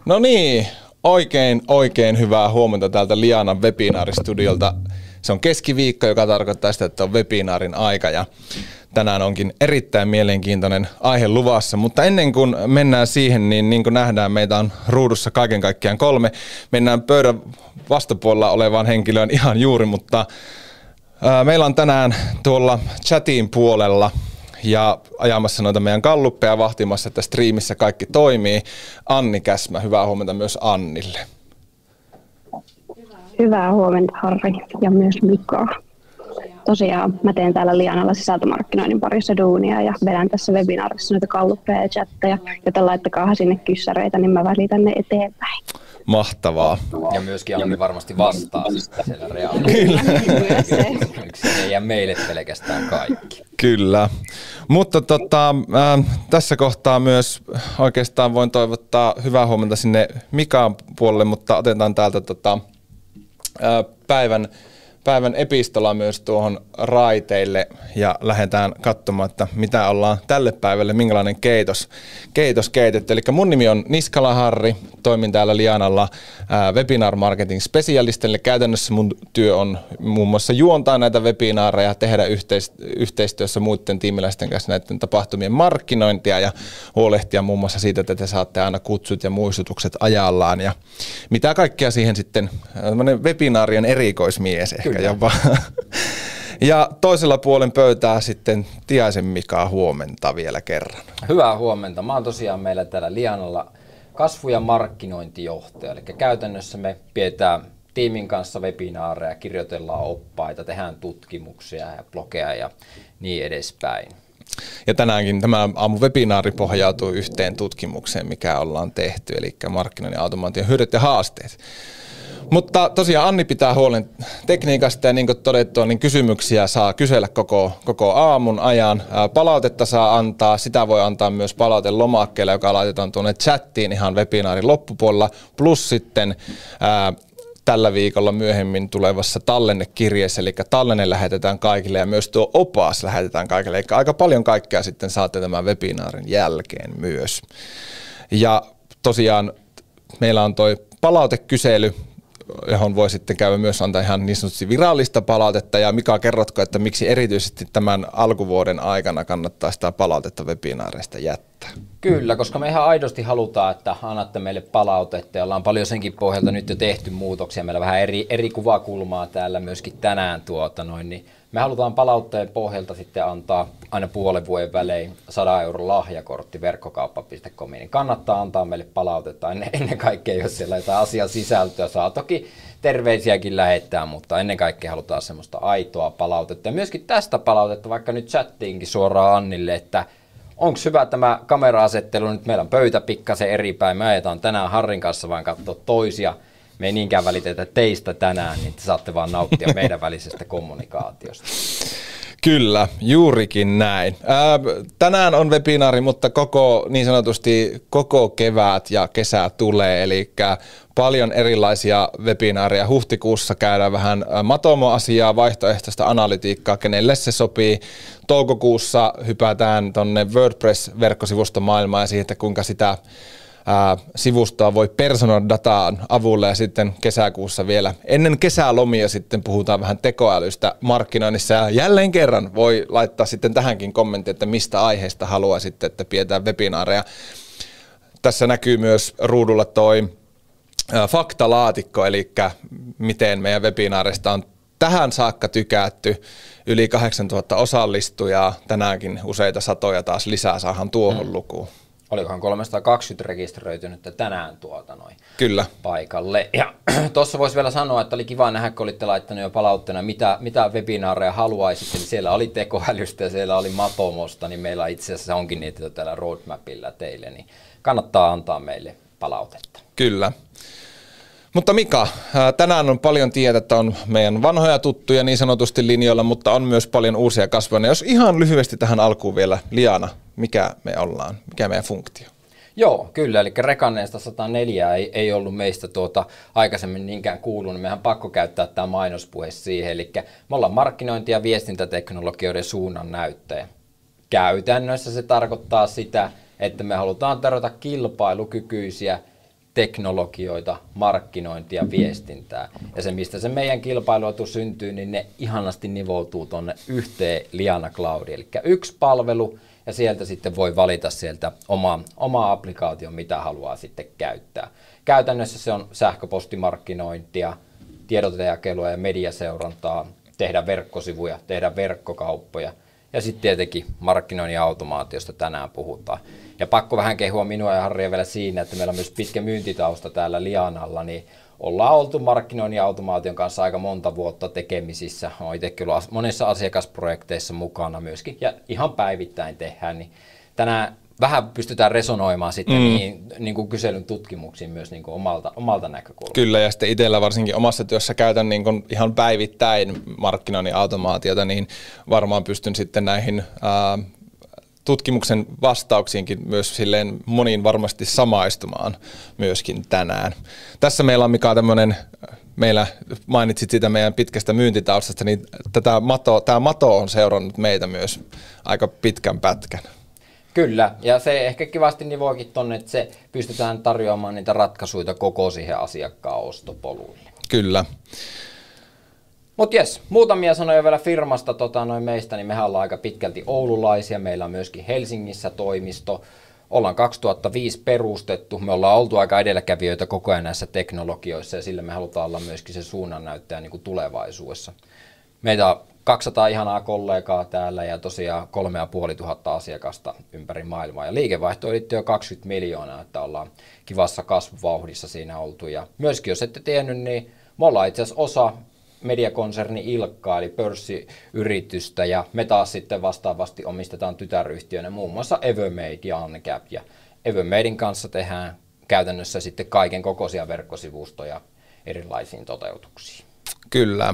No niin, oikein hyvää huomenta täältä Lianan webinaaristudiolta. Se on keskiviikko, joka tarkoittaa sitä, että on webinaarin aika ja tänään onkin erittäin mielenkiintoinen aihe luvassa, mutta ennen kuin mennään siihen, niin kuin nähdään, meitä on ruudussa kaiken kaikkiaan 3. Mennään pöydän vastapuolella olevaan henkilöön ihan juuri, mutta meillä on tänään tuolla chatin puolella ja ajamassa noita meidän galluppeja vahtimassa, että striimissä kaikki toimii. Anni Käsmä, hyvää huomenta myös Annille. Hyvää huomenta Harri ja myös Mika. Tosiaan mä teen täällä Lianalla sisältömarkkinoinnin parissa duunia ja vedän tässä webinaarissa noita galluppeja ja chatteja, joten laittakaa sinne kyssäreitä, niin mä välitän ne eteenpäin. Mahtavaa. Ja myöskin Anni varmasti vastaa siellä reaalisesti. Kyllä. Yksi ei jää meille pelkästään kaikki. Kyllä. Mutta tässä kohtaa myös oikeastaan voin toivottaa hyvää huomenta sinne Mikaan puolelle, mutta otetaan täältä päivän epistola myös tuohon raiteille ja lähdetään katsomaan, että mitä ollaan tälle päivälle, minkälainen keitos keitetty. Eli mun nimi on Niskala Harri, toimin täällä Lianalla webinar marketing specialist, eli käytännössä mun työ on muun muassa juontaa näitä webinaareja, tehdä yhteistyössä muiden tiimiläisten kanssa näiden tapahtumien markkinointia ja huolehtia muun muassa siitä, että te saatte aina kutsut ja muistutukset ajallaan ja mitä kaikkea siihen sitten, webinaarien erikoismies ehkä jopa. Ja toisella puolen pöytää sitten Tiaisen Mikaa, huomenta vielä kerran. Hyvää huomenta. Mä oon tosiaan meillä täällä Lianalla kasvu- ja markkinointijohtaja. Eli käytännössä me pidetään tiimin kanssa webinaareja, kirjoitellaan oppaita, tehdään tutkimuksia ja blogeja ja niin edespäin. Ja tänäänkin tämä aamuvebinaari pohjautuu yhteen tutkimukseen, mikä ollaan tehty, eli markkinoinnin automaation hyödyt ja haasteet. Mutta tosiaan Anni pitää huolen tekniikasta ja niin kuin todettua, niin kysymyksiä saa kysellä koko aamun ajan. Palautetta saa antaa, sitä voi antaa myös palautelomakkeella, joka laitetaan tuonne chattiin ihan webinaarin loppupuolella. Plus sitten tällä viikolla myöhemmin tulevassa tallennekirjeessä, eli tallenne lähetetään kaikille ja myös tuo opas lähetetään kaikille. Eli aika paljon kaikkea sitten saatte tämän webinaarin jälkeen myös. Ja tosiaan meillä on toi palautekysely, johon voi sitten käydä myös antaa ihan niin sanotusti virallista palautetta. Ja Mika, kerrotko, että miksi erityisesti tämän alkuvuoden aikana kannattaa sitä palautetta webinaareista jättää? Kyllä, koska me ihan aidosti halutaan, että annatte meille palautetta ja ollaan paljon senkin pohjalta nyt jo tehty muutoksia. Meillä on vähän eri kuvakulmaa täällä myöskin tänään niin me halutaan palautteen pohjalta sitten antaa aina puolen vuoden välein 100 € lahjakortti verkkokauppa.comiin. Niin kannattaa antaa meille palautetta ennen kaikkea, jos siellä jotain asian sisältöä saa. Toki terveisiäkin lähettää, mutta ennen kaikkea halutaan semmoista aitoa palautetta. Ja myöskin tästä palautetta, vaikka nyt chattiinkin suoraan Annille, että onko hyvä tämä kamera-asettelu, nyt meillä on pöytä pikkasen eri päin. Me ajetaan tänään Harrin kanssa vaan katsoa toisia. Me ei niinkään välitetä teistä tänään, niin te saatte vaan nauttia meidän välisestä kommunikaatiosta. Kyllä, juurikin näin. Tänään on webinaari, mutta niin sanotusti koko kevät ja kesä tulee, eli paljon erilaisia webinaareja. Huhtikuussa käydään vähän Matomo-asiaa, vaihtoehtoista analytiikkaa, kenelle se sopii. Toukokuussa hypätään tuonne WordPress-verkkosivustomaailmaan ja siihen, että kuinka sitä sivustoa voi personoida dataan avulla ja sitten kesäkuussa vielä ennen kesälomia sitten puhutaan vähän tekoälystä markkinoinnissa ja jälleen kerran voi laittaa sitten tähänkin kommentti, että mistä aiheesta haluaa sitten, että pidetään webinaareja. Tässä näkyy myös ruudulla toi faktalaatikko, eli miten meidän webinaareista on tähän saakka tykätty. Yli 8000 osallistujaa, tänäänkin useita satoja taas lisää saadaan tuohon lukuun. Olikohan 320 rekisteröitynyttä tänään Kyllä. Paikalle. Ja tuossa voisi vielä sanoa, että oli kiva nähdä, kun olitte laittaneet jo palautteena, mitä webinaareja haluaisitte. Niin siellä oli tekoälystä ja siellä oli Matomosta, niin meillä itse asiassa onkin niitä jo täällä roadmapilla teille. Niin kannattaa antaa meille palautetta. Kyllä. Mutta Mika, tänään on paljon tiedettä, on meidän vanhoja tuttuja niin sanotusti linjoilla, mutta on myös paljon uusia kasvoja. Jos ihan lyhyesti tähän alkuun vielä, Liana, mikä me ollaan, mikä meidän funktio? Joo, kyllä, eli Rekanneesta 104 ei ollut meistä aikaisemmin niinkään kuulunut, mehän pakko käyttää tämä mainospuhe siihen, eli me ollaan markkinointi- ja viestintäteknologioiden suunnan näyttäjä. Käytännössä se tarkoittaa sitä, että me halutaan tarjota kilpailukykyisiä teknologioita, markkinointia, viestintää. Ja se, mistä se meidän kilpailuetu syntyy, niin ne ihanasti nivoutuu tuonne yhteen Liana Cloudiin. Eli yksi palvelu, ja sieltä sitten voi valita sieltä oma applikaation, mitä haluaa sitten käyttää. Käytännössä se on sähköpostimarkkinointia, tiedotejakelua ja mediaseurantaa, tehdä verkkosivuja, tehdä verkkokauppoja ja sitten tietenkin markkinoinnin automaatiosta tänään puhutaan. Ja pakko vähän kehua minua ja Harria vielä siinä, että meillä on myös pitkä myyntitausta täällä Lianalla, niin ollaan oltu markkinoinnin automaation kanssa aika monta vuotta tekemisissä. Olen itsekin ollut monissa asiakasprojekteissa mukana myöskin ja ihan päivittäin tehdään, niin tänään vähän pystytään resonoimaan sitten niin kuin kyselyn tutkimuksiin myös niin kuin omalta näkökulmasta. Kyllä, ja sitten itsellä varsinkin omassa työssä käytän niin kuin ihan päivittäin markkinoinnin automaatiota, niin varmaan pystyn sitten näihin tutkimuksen vastauksiinkin myös silleen moniin varmasti samaistumaan myöskin tänään. Tässä meillä on Mika tämmöinen, meillä mainitsit siitä meidän pitkästä myyntitaustasta, niin tämä Mato on seurannut meitä myös aika pitkän pätkän. Kyllä, ja se ehkä kivasti nivoikin tuonne, että se pystytään tarjoamaan niitä ratkaisuja koko siihen asiakkaan ostopoluille. Kyllä. Mutta jes, muutamia sanoja vielä firmasta meistä, niin mehän ollaan aika pitkälti oululaisia, meillä on myöskin Helsingissä toimisto, ollaan 2005 perustettu, me ollaan oltu aika edelläkävijöitä koko ajan näissä teknologioissa ja sillä me halutaan olla myöskin se suunnannäyttäjä niin kuin tulevaisuudessa. Meitä on 200 ihanaa kollegaa täällä ja tosiaan 3500 asiakasta ympäri maailmaa. Ja liikevaihto on jo 20 miljoonaa, että ollaan kivassa kasvuvauhdissa siinä oltu. Ja myöskin jos ette tiennyt, niin me ollaan itse asiassa osa mediakonserni Ilkkaa, eli pörssiyritystä, ja me taas sitten vastaavasti omistetaan tytäryhtiönä muun muassa Evermade ja Uncap. Ja Evermaden kanssa tehdään käytännössä sitten kaiken kokoisia verkkosivustoja erilaisiin toteutuksiin. Kyllä.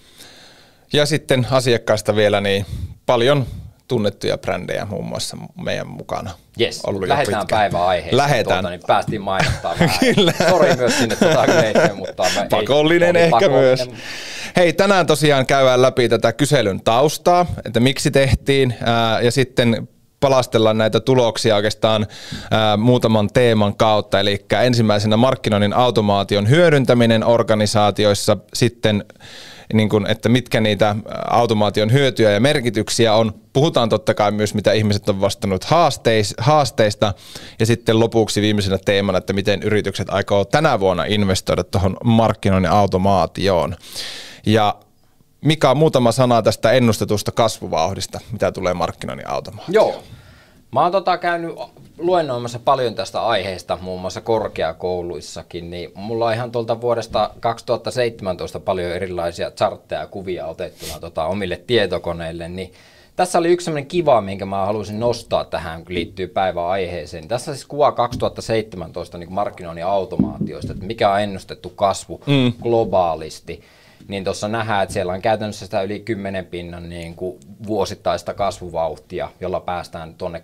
Ja sitten asiakkaista vielä niin paljon tunnettuja brändejä muun muassa meidän mukana. Jes, lähdetään päiväaiheeseen. Lähdetään. Niin päästiin mainostamaan vähän. Kyllä. Sori myös sinne Gleitsiin, mutta pakollinen ehkä pakollinen. Myös. Hei, tänään tosiaan käydään läpi tätä kyselyn taustaa, että miksi tehtiin ja sitten palastellaan näitä tuloksia oikeastaan muutaman teeman kautta, eli ensimmäisenä markkinoinnin automaation hyödyntäminen organisaatioissa, sitten niin kuin, että mitkä niitä automaation hyötyjä ja merkityksiä on. Puhutaan totta kai myös, mitä ihmiset on vastannut haasteista. Ja sitten lopuksi viimeisenä teemana, että miten yritykset aikoo tänä vuonna investoida tuohon markkinoinnin automaatioon. Ja Mika, muutama sana tästä ennustetusta kasvuvauhdista, mitä tulee markkinoinnin automaatioon. Joo. Mä oon käynyt luennoimassa paljon tästä aiheesta, muun muassa korkeakouluissakin, niin mulla on ihan tuolta vuodesta 2017 paljon erilaisia chartteja ja kuvia otettuna omille tietokoneille, niin tässä oli yksi sellainen kiva, minkä mä haluaisin nostaa tähän, kun liittyy päivän aiheeseen. Tässä siis kuva 2017 niin markkinoinnin automaatioista, että mikä on ennustettu kasvu globaalisti. Niin tuossa nähdään, että siellä on käytännössä sitä yli 10 pinnan niin kuin vuosittaista kasvuvauhtia, jolla päästään tuonne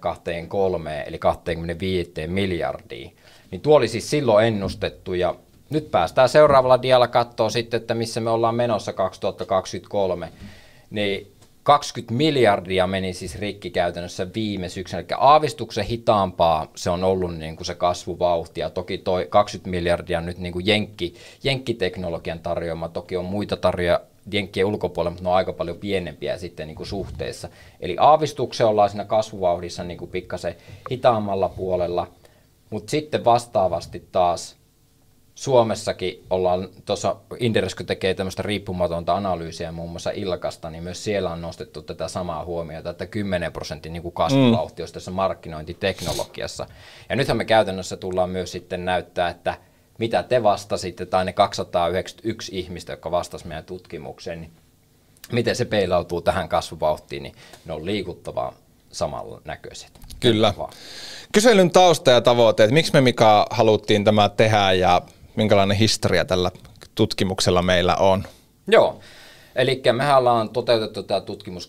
23 eli 25 miljardiin. Niin tuo oli siis silloin ennustettu ja nyt päästään seuraavalla dialla katsoa sitten, että missä me ollaan menossa 2023. Niin 20 miljardia meni siis rikki käytännössä viime syksynä, eli aavistuksen hitaampaa se on ollut niin kuin se kasvuvauhti, ja toki toi 20 miljardia nyt niin kuin jenkkiteknologian tarjoama, toki on muita tarjoajia jenkkien ulkopuolella, mutta ne on aika paljon pienempiä sitten niin kuin suhteessa. Eli aavistuksen ollaan siinä kasvuvauhdissa niin kuin pikkasen hitaammalla puolella, mutta sitten vastaavasti taas Suomessakin ollaan, tuossa Inderes, kun tekee tämmöistä riippumatonta analyysiä muun muassa Ilkasta, niin myös siellä on nostettu tätä samaa huomiota, että 10% niin kuin kasvuvauhti olisi tässä markkinointiteknologiassa. Ja nythän me käytännössä tullaan myös sitten näyttää, että mitä te vastasitte, tai ne 291 ihmistä, jotka vastasivat meidän tutkimukseen, niin miten se peilautuu tähän kasvuvauhtiin, niin ne on liikuttavaa samalla näköiset. Kyllä. Kyselyn tausta ja tavoitteet, miksi me Mika haluttiin tämä tehdä ja minkälainen historia tällä tutkimuksella meillä on? Joo, eli mehän ollaan toteutettu tämä tutkimus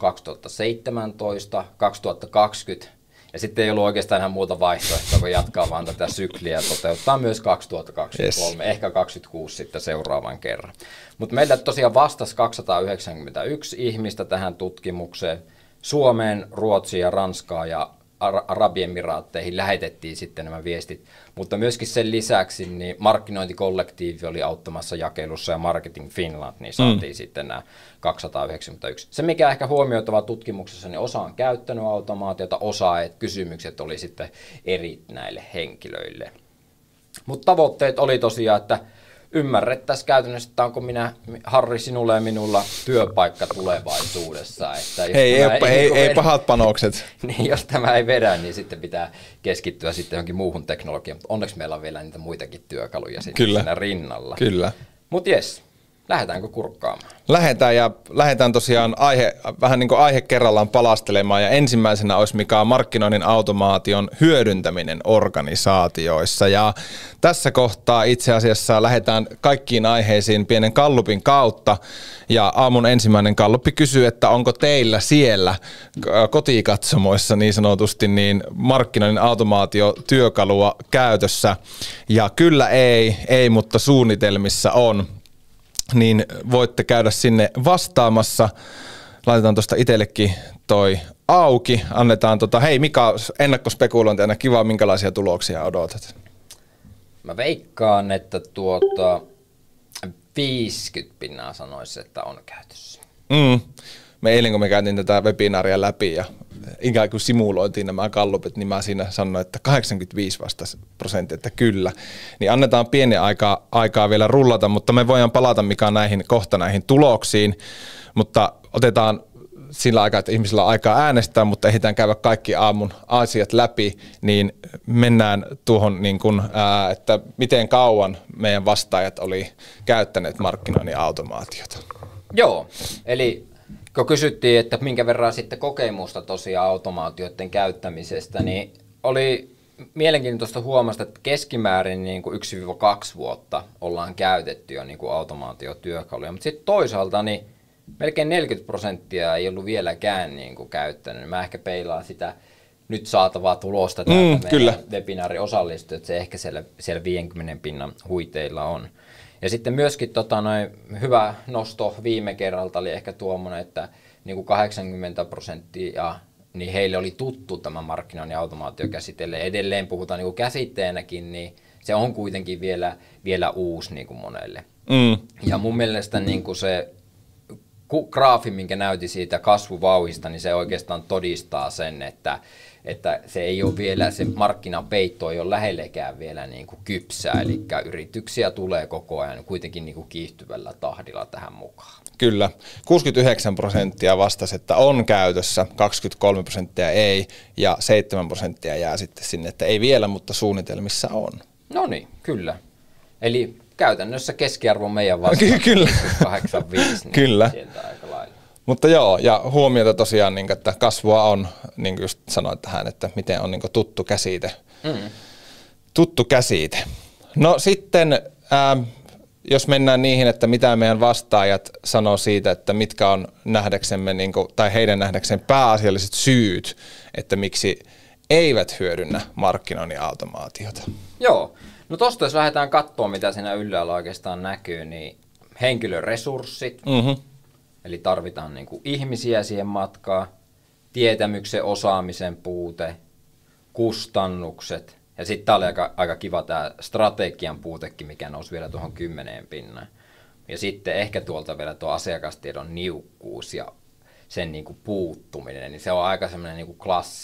2017, 2020 ja sitten ei ollut oikeastaan ihan muuta vaihtoehtoa, kun jatkaa vaan tätä sykliä ja toteuttaa myös 2023, ehkä 2026 sitten seuraavan kerran. Mutta meillä tosiaan vastasi 291 ihmistä tähän tutkimukseen, Suomeen, Ruotsiin ja Ranskaa ja Arabiemiraatteihin lähetettiin sitten nämä viestit, mutta myöskin sen lisäksi niin markkinointikollektiivi oli auttamassa jakelussa ja Marketing Finland, niin saatiin sitten nämä 291. Se, mikä ehkä huomioitava tutkimuksessa, niin osa on käyttänyt automaatiota, kysymykset oli sitten eri näille henkilöille. Mutta tavoitteet oli tosiaan, että ymmärrettäisiin käytännössä, että onko Harri, sinulla ja minulla työpaikka tulevaisuudessa. Että ei pahat panokset. Niin, jos tämä ei vedä, niin sitten pitää keskittyä sitten johonkin muuhun teknologiaan. Mutta onneksi meillä on vielä niitä muitakin työkaluja siinä rinnalla. Kyllä. Mutta jes, lähdetäänkö kurkkaamaan? Lähdetään tosiaan vähän niin kuin aihe kerrallaan palastelemaan, ja ensimmäisenä olisi mikä on markkinoinnin automaation hyödyntäminen organisaatioissa, ja tässä kohtaa itse asiassa lähdetään kaikkiin aiheisiin pienen gallupin kautta, ja aamun ensimmäinen galluppi kysyy, että onko teillä siellä kotikatsomoissa niin sanotusti niin markkinoinnin automaatiotyökalua käytössä, ja kyllä ei, mutta suunnitelmissa on. Niin voitte käydä sinne vastaamassa. Laitetaan tuosta itsellekin toi auki. Annetaan hei Mika, ennakkospekulointi aina kiva, minkälaisia tuloksia odotat? Mä veikkaan, että 50% sanoisi, että on käytössä. Me eilen kun me käytiin tätä webinaaria läpi ja ikään kuin simuloitiin nämä gallupit, niin mä siinä sanoin, että 85% että kyllä. Niin annetaan pieni aikaa vielä rullata, mutta me voidaan palata Mika kohta näihin tuloksiin, mutta otetaan sillä aikaa, että ihmisillä on aikaa äänestää, mutta ehditään käydä kaikki aamun asiat läpi, niin mennään tuohon, niin kuin, että miten kauan meidän vastaajat oli käyttäneet markkinoinnin automaatiota. Joo, eli kun kysyttiin, että minkä verran sitten kokemusta tosiaan automaatioiden käyttämisestä, niin oli mielenkiintoista huomasta, että keskimäärin niin kuin 1-2 vuotta ollaan käytetty jo niin kuin automaatiotyökaluja, mutta sitten toisaalta niin melkein 40% ei ollut vieläkään niin kuin käyttänyt. Mä ehkä peilaan sitä nyt saatavaa tulosta täältä meidän webinaarin osallistujat, että se ehkä siellä 50% huiteilla on. Ja sitten myöskin hyvä nosto viime kerralta oli ehkä tuommoinen, että niin kuin 80% niin heille oli tuttu tämä markkinoinnin automaatiokäsite. Edelleen puhutaan niin kuin käsitteenäkin, niin se on kuitenkin vielä uusi niin kuin monelle. Ja mun mielestä niin kuin se graafi, minkä näytin siitä kasvuvauhista, niin se oikeastaan todistaa sen, että se ei ole vielä, se markkinapeitto ei ole lähellekään vielä niin kuin kypsää, eli yrityksiä tulee koko ajan kuitenkin niin kuin kiihtyvällä tahdilla tähän mukaan. Kyllä, 69% vastasi, että on käytössä, 23% ei, ja 7% jää sitten sinne, että ei vielä, mutta suunnitelmissa on. No niin, kyllä. Eli käytännössä keskiarvo meidän vastaan kyllä. 85, niin kyllä. Sieltä aika lailla. Mutta joo, ja huomiota tosiaan, että kasvua on, niin kuin just sanoit tähän, että miten on tuttu käsite. Tuttu käsite. No sitten, jos mennään niihin, että mitä meidän vastaajat sanoo siitä, että mitkä on nähdäksemme, tai heidän nähdäkseen pääasialliset syyt, että miksi eivät hyödynnä markkinoinnin automaatiota. Joo. No tosta jos lähdetään katsoa, mitä siinä ylhäällä oikeastaan näkyy, niin henkilöresurssit, eli tarvitaan niin kuin ihmisiä siihen matkaan, tietämyksen, osaamisen puute, kustannukset, ja sitten tämä oli aika kiva tämä strategian puutekin, mikä nousi vielä tuohon 10%. Ja sitten ehkä tuolta vielä tuo asiakastiedon niukkuus ja sen niin kuin puuttuminen, niin se on aika semmoinen niin kuin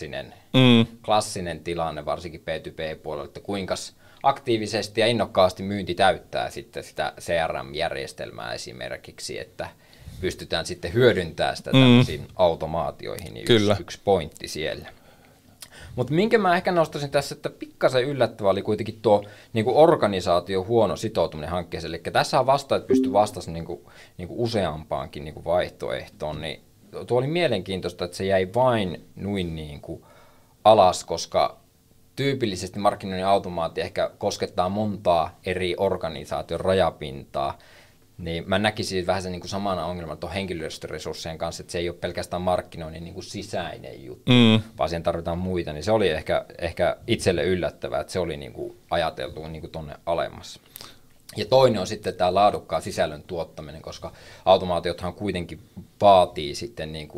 klassinen tilanne, varsinkin B2B-puolella, että kuinka aktiivisesti ja innokkaasti myynti täyttää sitten sitä CRM-järjestelmää esimerkiksi, että pystytään sitten hyödyntämään sitä tämmöisiin automaatioihin, niin yksi pointti siellä. Mutta minkä mä ehkä nostaisin tässä, että pikkasen yllättävä oli kuitenkin tuo niin kuin organisaation huono sitoutuminen hankkeeseen. Eli tässä on vastaajat pysty vastaamaan niin kuin useampaankin niin kuin vaihtoehtoon, niin tuo oli mielenkiintoista, että se jäi vain noin niin kuin alas, koska tyypillisesti markkinoinnin automaatio ehkä koskettaa montaa eri organisaation rajapintaa, niin mä näkisin vähän sen niin kuin samana ongelman tuon henkilöstöresurssien kanssa, että se ei ole pelkästään markkinoinnin niin kuin sisäinen juttu, vaan siihen tarvitaan muita, niin se oli ehkä itselle yllättävää, että se oli niin kuin ajateltu niin kuin tuonne alemmas. Ja toinen on sitten tämä laadukkaan sisällön tuottaminen, koska automaatiothan kuitenkin vaatii sitten niin kuin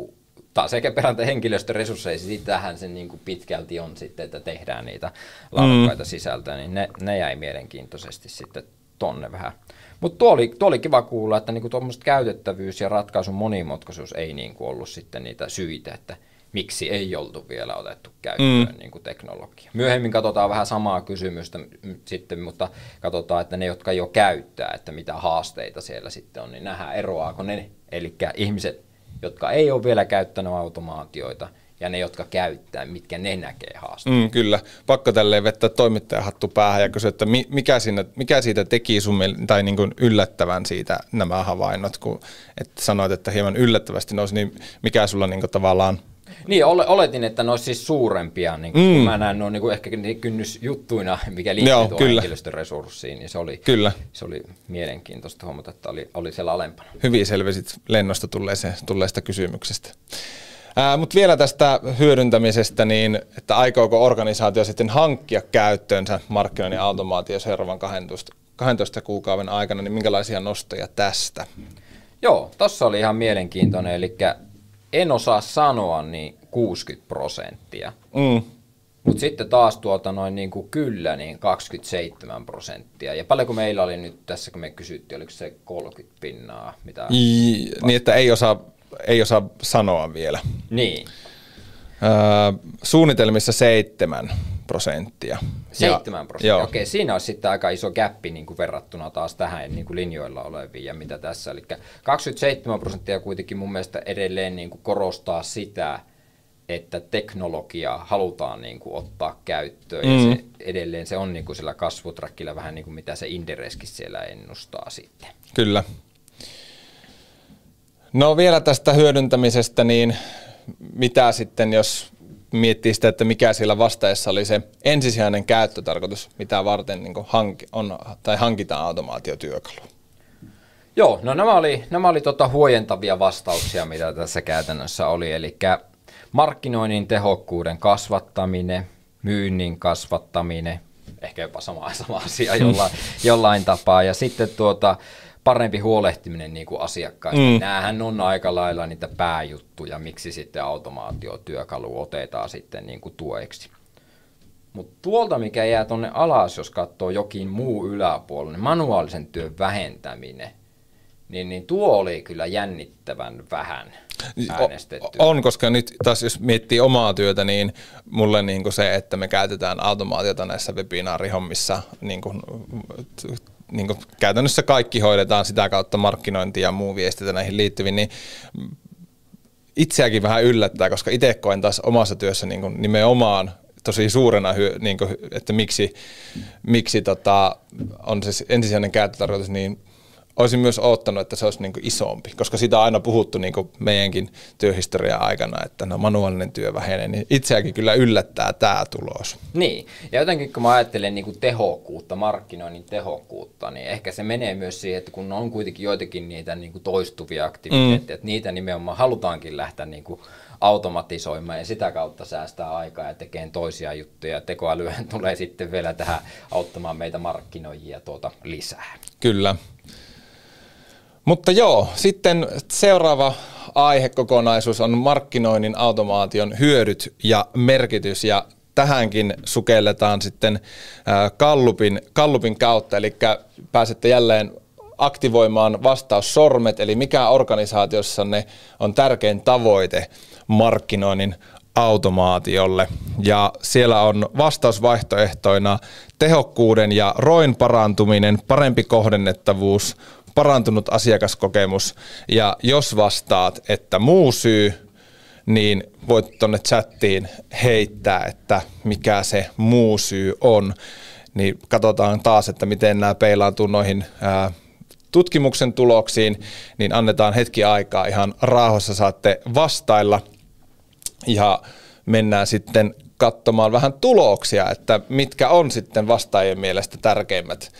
taas sekä peräntä henkilöstöresursseja, sitähän se niin kuin pitkälti on sitten, että tehdään niitä laadukkaita sisältöjä, niin ne jäi mielenkiintoisesti sitten tonne vähän. Mutta tuo oli kiva kuulla, että niinku tuommoista käytettävyys ja ratkaisun monimutkaisuus ei niinku ollut sitten niitä syitä, että miksi ei oltu vielä otettu käyttöön niinku teknologiaa. Myöhemmin katsotaan vähän samaa kysymystä sitten, mutta katsotaan, että ne, jotka jo käyttää, että mitä haasteita siellä sitten on, niin nähdään eroaako ne, eli ihmiset, jotka ei ole vielä käyttänyt automaatioita, ja ne, jotka käyttää, mitkä ne näkee haasteita. Kyllä. Pakko tälleen vettää toimittajahattu päähän ja kysyä, että mikä siitä teki sun tai niin kuin yllättävän siitä nämä havainnot, kun että sanoit, että hieman yllättävästi nousi, niin mikä sulla niin kuin tavallaan... Niin, oletin, että ne olisi siis suurempia, niin kun mä näen nuo niin ehkä kynnysjuttuina, mikä liittyy tuohon henkilöstöresurssiin, niin se oli mielenkiintoista huomata, että oli siellä alempana. Hyvin selvisit lennosta tulleesta kysymyksestä. Mutta vielä tästä hyödyntämisestä, niin että aikooko organisaatio sitten hankkia käyttöönsä markkinoinnin automaatio seuraavan 12 kuukauden aikana, niin minkälaisia nostoja tästä? Joo, tuossa oli ihan mielenkiintoinen, eli en osaa sanoa niin 60%, mutta sitten taas niin kuin kyllä niin 27%. Ja paljonko meillä oli nyt tässä, kun me kysyttiin, oliko se 30%? Niin, että ei osaa sanoa vielä. Niin. Suunnitelmissa 7%. 7%. Okei, siinä olisi sitten aika iso gäppi niin kuin verrattuna taas tähän niin kuin linjoilla oleviin ja mitä tässä. Eli 27% kuitenkin mun mielestä edelleen niin kuin korostaa sitä, että teknologiaa halutaan niin kuin ottaa käyttöön ja edelleen se on niin kuin sillä kasvutrakilla vähän niin kuin mitä se Indereskin siellä ennustaa sitten. Kyllä. No vielä tästä hyödyntämisestä, niin mitä sitten, jos miettii sitä, että mikä siellä vastaajassa oli se ensisijainen käyttötarkoitus, mitä varten niin hankitaan automaatiotyökalu? Joo, no nämä oli huojentavia vastauksia, mitä tässä käytännössä oli, eli markkinoinnin tehokkuuden kasvattaminen, myynnin kasvattaminen, ehkä jopa sama asia jollain tapaa, ja sitten parempi huolehtiminen niin kuin asiakkaista. Nämähän on aika lailla niitä pääjuttuja, miksi sitten automaatiotyökalu otetaan sitten niin kuin tueksi. Mutta tuolta, mikä jää tuonne alas, jos katsoo jokin muu yläpuolella, niin manuaalisen työn vähentäminen, niin tuo oli kyllä jännittävän vähän äänestetty. On, koska nyt taas jos miettii omaa työtä, niin mulle niin kuin se, että me käytetään automaatiota näissä webinaarihommissa, niin kuin käytännössä kaikki hoidetaan sitä kautta markkinointi ja muu viestintä näihin liittyviin, niin itseäkin vähän yllättää, koska itse koen taas omassa työssä niin kuin nimenomaan tosi suurena, niin kuin, että miksi on se ensisijainen käyttötarkoitus, niin olisin myös odottanut, että se olisi niin kuin isompi, koska sitä on aina puhuttu niin kuin meidänkin työhistorian aikana, että manuaalinen työ vähenee, niin itseäkin kyllä yllättää tämä tulos. Niin, ja jotenkin kun mä ajattelen niin kuin tehokkuutta, markkinoinnin tehokkuutta, niin ehkä se menee myös siihen, että kun on kuitenkin joitakin niitä niin kuin toistuvia aktiviteetteja, että niitä nimenomaan halutaankin lähteä niin kuin automatisoimaan ja sitä kautta säästää aikaa ja tekee toisia juttuja. Tekoälyhän tulee sitten vielä tähän auttamaan meitä markkinoijia lisää. Kyllä. Mutta joo, sitten seuraava aihekokonaisuus on markkinoinnin automaation hyödyt ja merkitys, ja tähänkin sukelletaan sitten Gallupin kautta, eli pääsette jälleen aktivoimaan vastaussormet, eli mikä organisaatiossanne on tärkein tavoite markkinoinnin automaatiolle, ja siellä on vastausvaihtoehtoina tehokkuuden ja ROIn parantuminen, parempi kohdennettavuus, parantunut asiakaskokemus, ja jos vastaat, että muu syy, niin voit tuonne chattiin heittää, että mikä se muu syy on, niin katsotaan taas, että miten nämä peilaantuu noihin tutkimuksen tuloksiin, niin annetaan hetki aikaa, ihan rauhassa saatte vastailla, ja mennään sitten katsomaan vähän tuloksia, että mitkä on sitten vastaajien mielestä tärkeimmät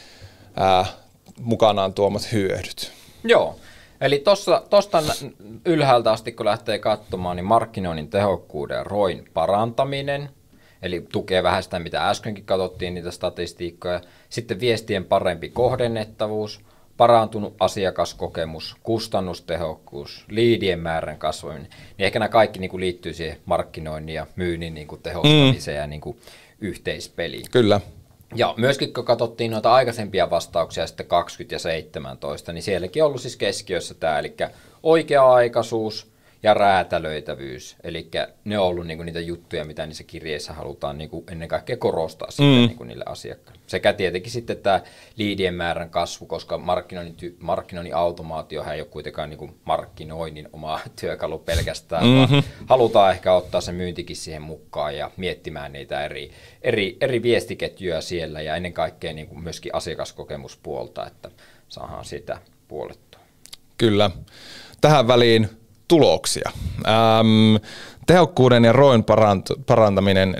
mukanaan tuomat hyödyt. Joo, eli tuosta ylhäältä asti kun lähtee katsomaan, niin markkinoinnin tehokkuuden ja ROIn parantaminen, eli tukee vähän sitä, mitä äskenkin katsottiin, niitä statistiikkoja. Sitten viestien parempi kohdennettavuus, parantunut asiakaskokemus, kustannustehokkuus, liidien määrän kasvaminen, niin ehkä nämä kaikki niin kuin liittyy siihen markkinoinnin ja myynnin niin kuin tehostamiseen ja niin kuin yhteispeliin. Kyllä. Ja myöskin kun katsottiin noita aikaisempia vastauksia, sitten 20 ja 17, niin sielläkin on ollut siis keskiössä tämä, eli oikea-aikaisuus ja räätälöitävyys. Eli ne on ollut niinku niitä juttuja, mitä niissä kirjeissä halutaan niinku ennen kaikkea korostaa sitten niinku niille asiakkaille. Sekä tietenkin sitten tämä liidien määrän kasvu, koska markkinoinnin automaatiohan ei ole kuitenkaan niinku markkinoinnin oma työkalu pelkästään, vaan halutaan ehkä ottaa se myyntikin siihen mukaan ja miettimään niitä eri viestiketjuja siellä ja ennen kaikkea niinku myöskin asiakaskokemuspuolta, että saadaan sitä puolettua. Kyllä. Tähän väliin tuloksia. Tehokkuuden ja ROIn parantaminen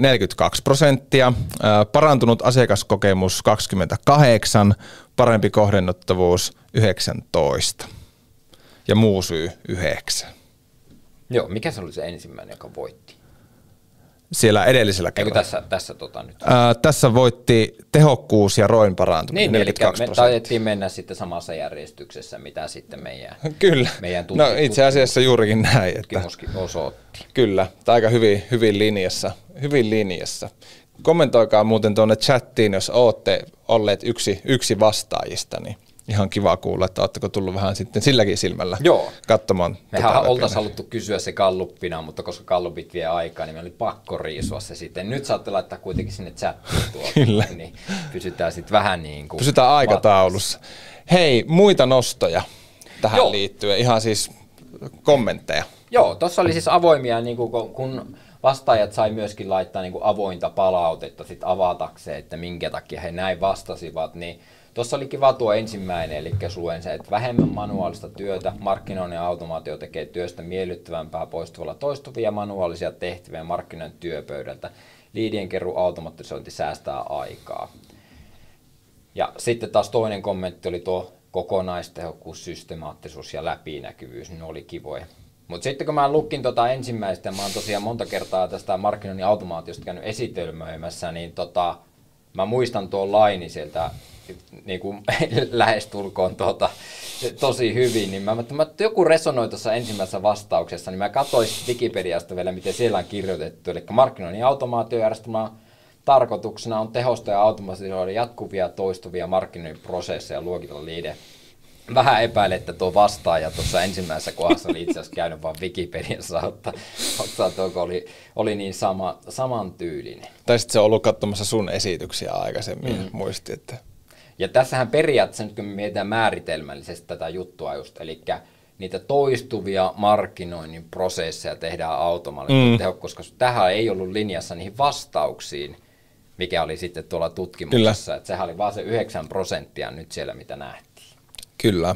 42%, parantunut asiakaskokemus 28%, parempi kohdennettavuus 19% ja muu syy 9%. Joo, mikä se oli se ensimmäinen, joka voitti? Siellä edellisellä kerralla. Tässä nyt. Tässä voitti tehokkuus ja ROIn parantuminen, niin, 42%. Me taidettiin mennä sitten samassa järjestyksessä, mitä sitten meidän No itse asiassa juurikin näin. Että osoitti. Kyllä, tämä aika hyvin linjassa. Kommentoikaa muuten tuonne chattiin, jos olette olleet yksi vastaajista, niin ihan kiva kuulla, että oletteko tullut vähän sitten silläkin silmällä katsomaan. Mehän oltaisiin haluttu kysyä se galluppina, mutta koska gallupit vie aikaa, niin me oli pakko riisua se sitten. Nyt saatte laittaa kuitenkin sinne chattiin tuolla, niin pysytään sitten vähän niin kuin... Pysytään aikataulussa. Hei, muita nostoja tähän liittyen, ihan siis kommentteja. Joo, tuossa oli siis avoimia, niin kun vastaajat sai myöskin laittaa niin kuin avointa palautetta sit avatakseen, että minkä takia he näin vastasivat, niin tuossa oli kiva tuo ensimmäinen, eli luen se, että vähemmän manuaalista työtä, markkinoinnin ja automaatio tekee työstä miellyttävämpää poistuvalla toistuvia manuaalisia tehtäviä markkinoinnin työpöydältä. Liidien keruu automatisointi säästää aikaa. Ja sitten taas toinen kommentti oli tuo kokonaistehokkuus, systemaattisuus ja läpinäkyvyys, ne oli kivoja. Mutta sitten kun mä lukin ensimmäistä, mä oon tosiaan monta kertaa tästä markkinoinnin automaatiosta käynyt esitelmöimässä, niin mä muistan tuon laini sieltä niin kuin lähestulkoon tosi hyvin, niin mä joku resonoi tuossa ensimmäisessä vastauksessa, niin mä katsoin Wikipediasta vielä, miten siellä on kirjoitettu, eli markkinoinnin automaatiojärjestelmä tarkoituksena on tehostaa ja automatisoida jatkuvia toistuvia markkinoinnin prosesseja ja luokitella liide. Vähän epäilen, että tuo vastaaja tuossa ensimmäisessä kohdassa oli itse asiassa käynyt vaan Wikipediassa, mutta oli niin samantyylinen. Tai sitten se on ollut katsomassa sun esityksiä aikaisemmin, muisti, että... Ja tässähän periaatteessa nyt kun me mietitään määritelmällisesti tätä juttua just, eli niitä toistuvia markkinoinnin prosesseja tehdään automaattisesti tehokkuus, koska tähän ei ollut linjassa niihin vastauksiin, mikä oli sitten tuolla tutkimuksessa, että sehän oli vaan se 9% nyt siellä, mitä nähtiin. Kyllä.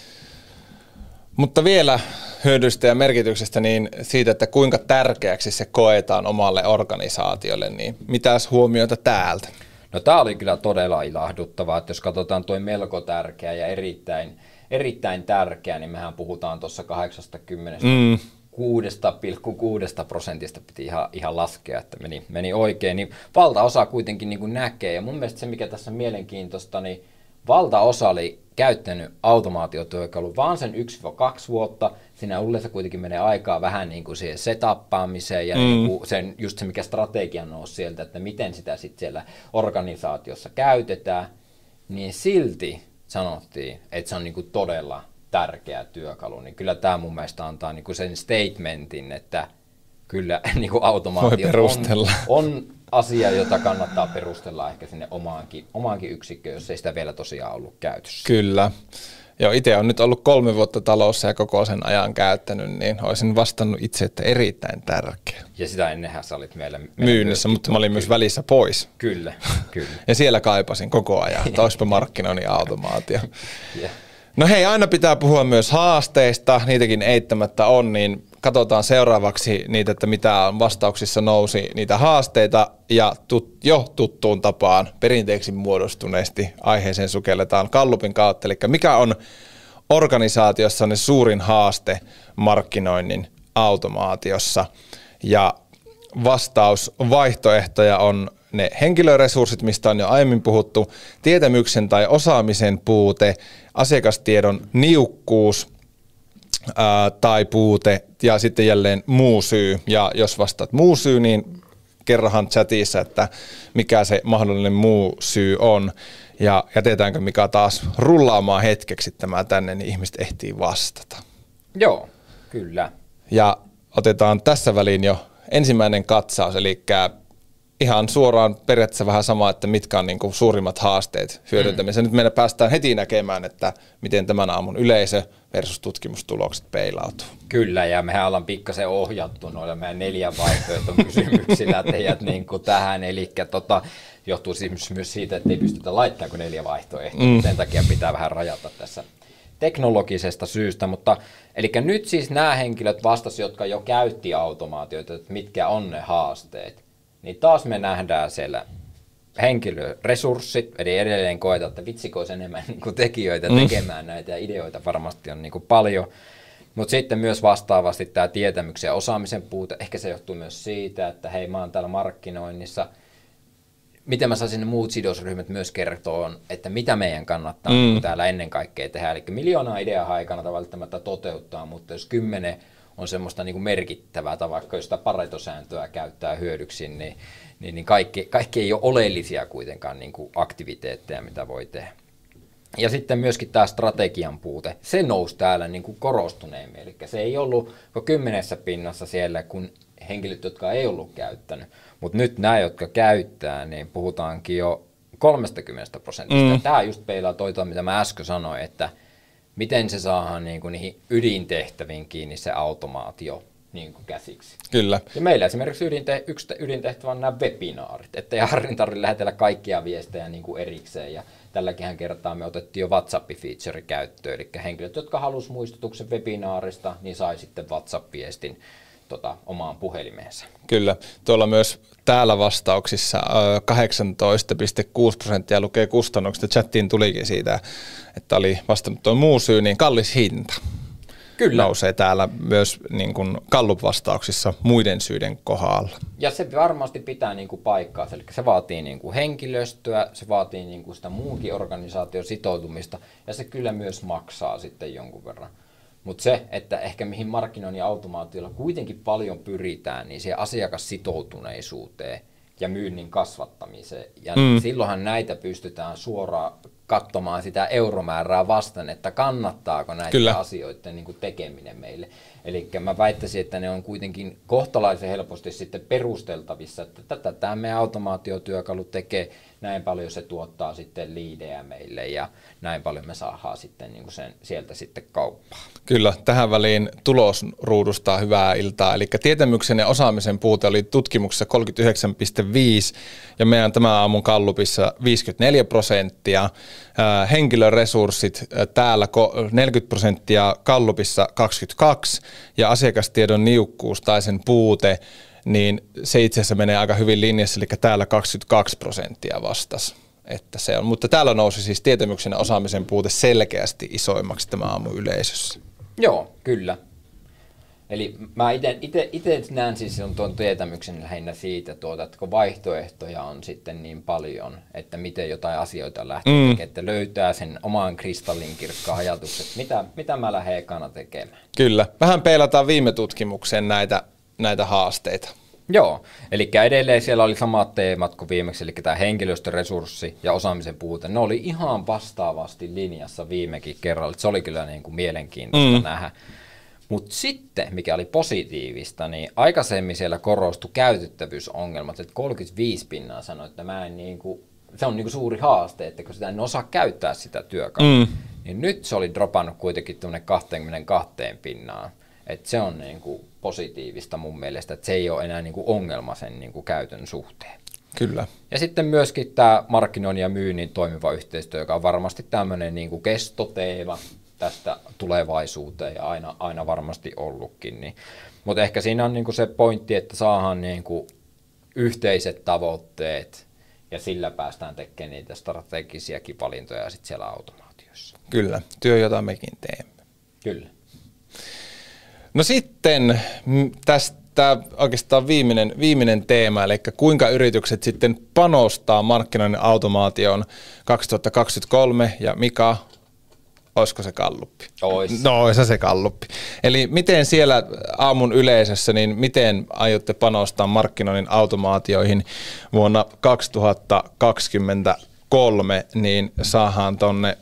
Mutta vielä hyödystä ja merkityksestä niin siitä, että kuinka tärkeäksi se koetaan omalle organisaatiolle, niin mitäs huomioita täältä? No tämä oli kyllä todella ilahduttavaa, että jos katsotaan tuo melko tärkeä ja erittäin tärkeä, niin mehän puhutaan tuossa 86,6% piti ihan laskea, että meni oikein, niin valtaosa kuitenkin niin kuin näkee, ja mun mielestä se mikä tässä on mielenkiintoista, niin valtaosa oli käyttänyt automaatiotyökalu vaan sen 1-2 vuotta. Siinä yleensä kuitenkin menee aikaa vähän niin kuin siihen setappaamiseen ja niin kuin just se, mikä strategia nousi sieltä, että miten sitä sitten siellä organisaatiossa käytetään. Niin silti sanottiin, että se on niin kuin todella tärkeä työkalu. Niin kyllä tämä mun mielestä antaa niin kuin sen statementin, että kyllä niin kuin automaatio on asia, jota kannattaa perustella ehkä sinne omaankin yksikköön, jos ei sitä vielä tosiaan ollut käytössä. Kyllä. Joo, itse olen nyt ollut 3 vuotta talossa ja koko sen ajan käyttänyt, niin olisin vastannut itse, että erittäin tärkeä. Ja sitä ennenhän sä olit meillä myynnissä, mutta mä olin myös välissä pois. Kyllä. Ja siellä kaipasin koko ajan, että olisipa markkinoinnin automaatio. No hei, aina pitää puhua myös haasteista, niitäkin eittämättä on, niin katsotaan seuraavaksi niitä, että mitä vastauksissa nousi niitä haasteita ja jo tuttuun tapaan perinteeksi muodostuneesti aiheeseen sukelletaan Gallupin kautta, eli mikä on organisaatiossa ne suurin haaste markkinoinnin automaatiossa ja vastausvaihtoehtoja on ne henkilöresurssit, mistä on jo aiemmin puhuttu, tietämyksen tai osaamisen puute, asiakastiedon niukkuus tai puute ja sitten jälleen muu syy. Ja jos vastaat muu syy, niin kerrohan chatissa, että mikä se mahdollinen muu syy on. Ja jätetäänkö mikä taas rullaamaan hetkeksi tämä tänne, niin ihmiset ehtii vastata. Joo, kyllä. Ja otetaan tässä väliin jo ensimmäinen katsaus, eli ihan suoraan periaatteessa vähän sama, että mitkä on niin kuin suurimmat haasteet hyödyntämisessä. Nyt meillä päästään heti näkemään, että miten tämän aamun yleisö versus tutkimustulokset peilautuu. Kyllä, ja mehän ollaan pikkasen ohjattu noilla meidän 4 vaihtoehton kysymyksillä teidät niin kuin tähän, eli johtuu siis myös siitä, että ei pystytä laittamaan kuin 4 vaihtoehtoa, sen takia pitää vähän rajata tässä teknologisesta syystä, mutta eli nyt siis nämä henkilöt vastasivat, jotka jo käytti automaatioita, että mitkä on ne haasteet, niin taas me nähdään siellä henkilöresurssit, eli edelleen koetaan, että vitsikö olisi enemmän niin kuin tekijöitä tekemään näitä, ja ideoita varmasti on niin kuin paljon, mutta sitten myös vastaavasti tämä tietämyksen ja osaamisen puute, ehkä se johtuu myös siitä, että hei, mä oon täällä markkinoinnissa, miten mä saisin ne muut sidosryhmät myös kertoa, että mitä meidän kannattaa täällä ennen kaikkea tehdä. Eli miljoonaa ideaa ei kannata välttämättä toteuttaa, mutta jos 10 on semmoista niin kuin merkittävää, tai vaikka jos sitä Pareto-sääntöä käyttää hyödyksi, niin kaikki ei ole oleellisia kuitenkaan niin kuin aktiviteetteja, mitä voi tehdä. Ja sitten myöskin tämä strategian puute, se nousi täällä niin kuin korostuneemmin, eli se ei ollut 10% siellä, kun henkilöt, jotka ei ollut käyttänyt. Mutta nyt nämä, jotka käyttää, niin puhutaankin jo 30%. Tämä just peilaa toita, mitä mä äsken sanoin, että miten se saadaan niinku niihin ydintehtäviin kiinni se automaatio niinku käsiksi. Kyllä. Ja meillä esimerkiksi yksi ydintehtävä on nämä webinaarit, ettei Harrin tarvitse lähetellä kaikkia viestejä niinku erikseen. Ja tälläkin kertaa me otettiin jo WhatsApp-feature käyttöön, eli henkilöt, jotka halusivat muistutuksen webinaarista, niin sai sitten WhatsApp-viestin omaan puhelimeensa. Kyllä. Tuolla myös täällä vastauksissa 18,6% lukee kustannukset. Chattiin tulikin siitä, että oli vastannut tuo muu syy, niin kallis hinta. Kyllä. Nousee täällä myös niin kuin Gallup-vastauksissa muiden syiden kohdalla. Ja se varmasti pitää niin kuin paikkaansa, eli se vaatii niin kuin henkilöstöä, se vaatii niin kuin sitä muunkin organisaation sitoutumista, ja se kyllä myös maksaa sitten jonkun verran. Mutta se, että ehkä mihin markkinoinnin automaatiolla kuitenkin paljon pyritään, niin siihen asiakassitoutuneisuuteen ja myynnin kasvattamiseen. Ja silloinhan näitä pystytään suoraan katsomaan sitä euromäärää vastaan, että kannattaako näitä asioiden niin kuin tekeminen meille. Eli mä väittäisin, että ne on kuitenkin kohtalaisen helposti sitten perusteltavissa, että tämä meidän automaatiotyökalu tekee, näin paljon se tuottaa sitten liidejä meille ja näin paljon me saadaan sitten niin kuin sen sieltä sitten kauppaa. Kyllä, tähän väliin tulosruudusta hyvää iltaa. Eli tietämyksen ja osaamisen puute oli tutkimuksessa 39,5 ja meidän tämän aamun Gallupissa 54%. Henkilöresurssit täällä 40%, Gallupissa 22% ja asiakastiedon niukkuus tai sen puute, niin se itse asiassa menee aika hyvin linjassa, eli täällä 22% vastasi. Että se on. Mutta täällä nousi siis tietämyksen ja osaamisen puute selkeästi isoimmaksi tämä aamu yleisössä. Joo, kyllä. Eli mä itse näen siis on tuon tietämyksen lähinnä siitä, että kun vaihtoehtoja on sitten niin paljon, että miten jotain asioita lähtee tekemään, että löytää sen oman kristallinkirkkaan ajatukset, mitä mä lähden ekana tekemään. Kyllä. Vähän peilataan viime tutkimukseen näitä haasteita. Joo, eli edelleen siellä oli samat teemat kuin viimeksi, eli tämä henkilöstöresurssi ja osaamisen puute, ne oli ihan vastaavasti linjassa viimekin kerralla, se oli kyllä niin kuin mielenkiintoista nähdä. Mutta sitten, mikä oli positiivista, niin aikaisemmin siellä korostui käytettävyysongelmat, että 35% sanoi, että se on niinku suuri haaste, että kun sitä en osaa käyttää sitä työkalua, niin nyt se oli dropannut kuitenkin tuonne 22%. Että se on niinku positiivista mun mielestä, että se ei ole enää niinku ongelma sen niinku käytön suhteen. Kyllä. Ja sitten myöskin tämä markkinoinnin ja myynnin toimiva yhteistyö, joka on varmasti tämmöinen niinku kestoteema tästä tulevaisuuteen ja aina varmasti ollutkin. Niin. Mutta ehkä siinä on niinku se pointti, että saadaan niinku yhteiset tavoitteet ja sillä päästään tekemään niitä strategisiakin valintoja sit siellä automaatiossa. Kyllä, työ jota mekin teemme. Kyllä. No sitten tämä oikeastaan viimeinen teema, eli kuinka yritykset sitten panostaa markkinoinnin automaatioon 2023, ja Mika, olisiko se galluppi? Ois. No, olisi se galluppi. Eli miten siellä aamun yleisössä, niin miten aiotte panostaa markkinoinnin automaatioihin vuonna 2023, niin saadaan tonne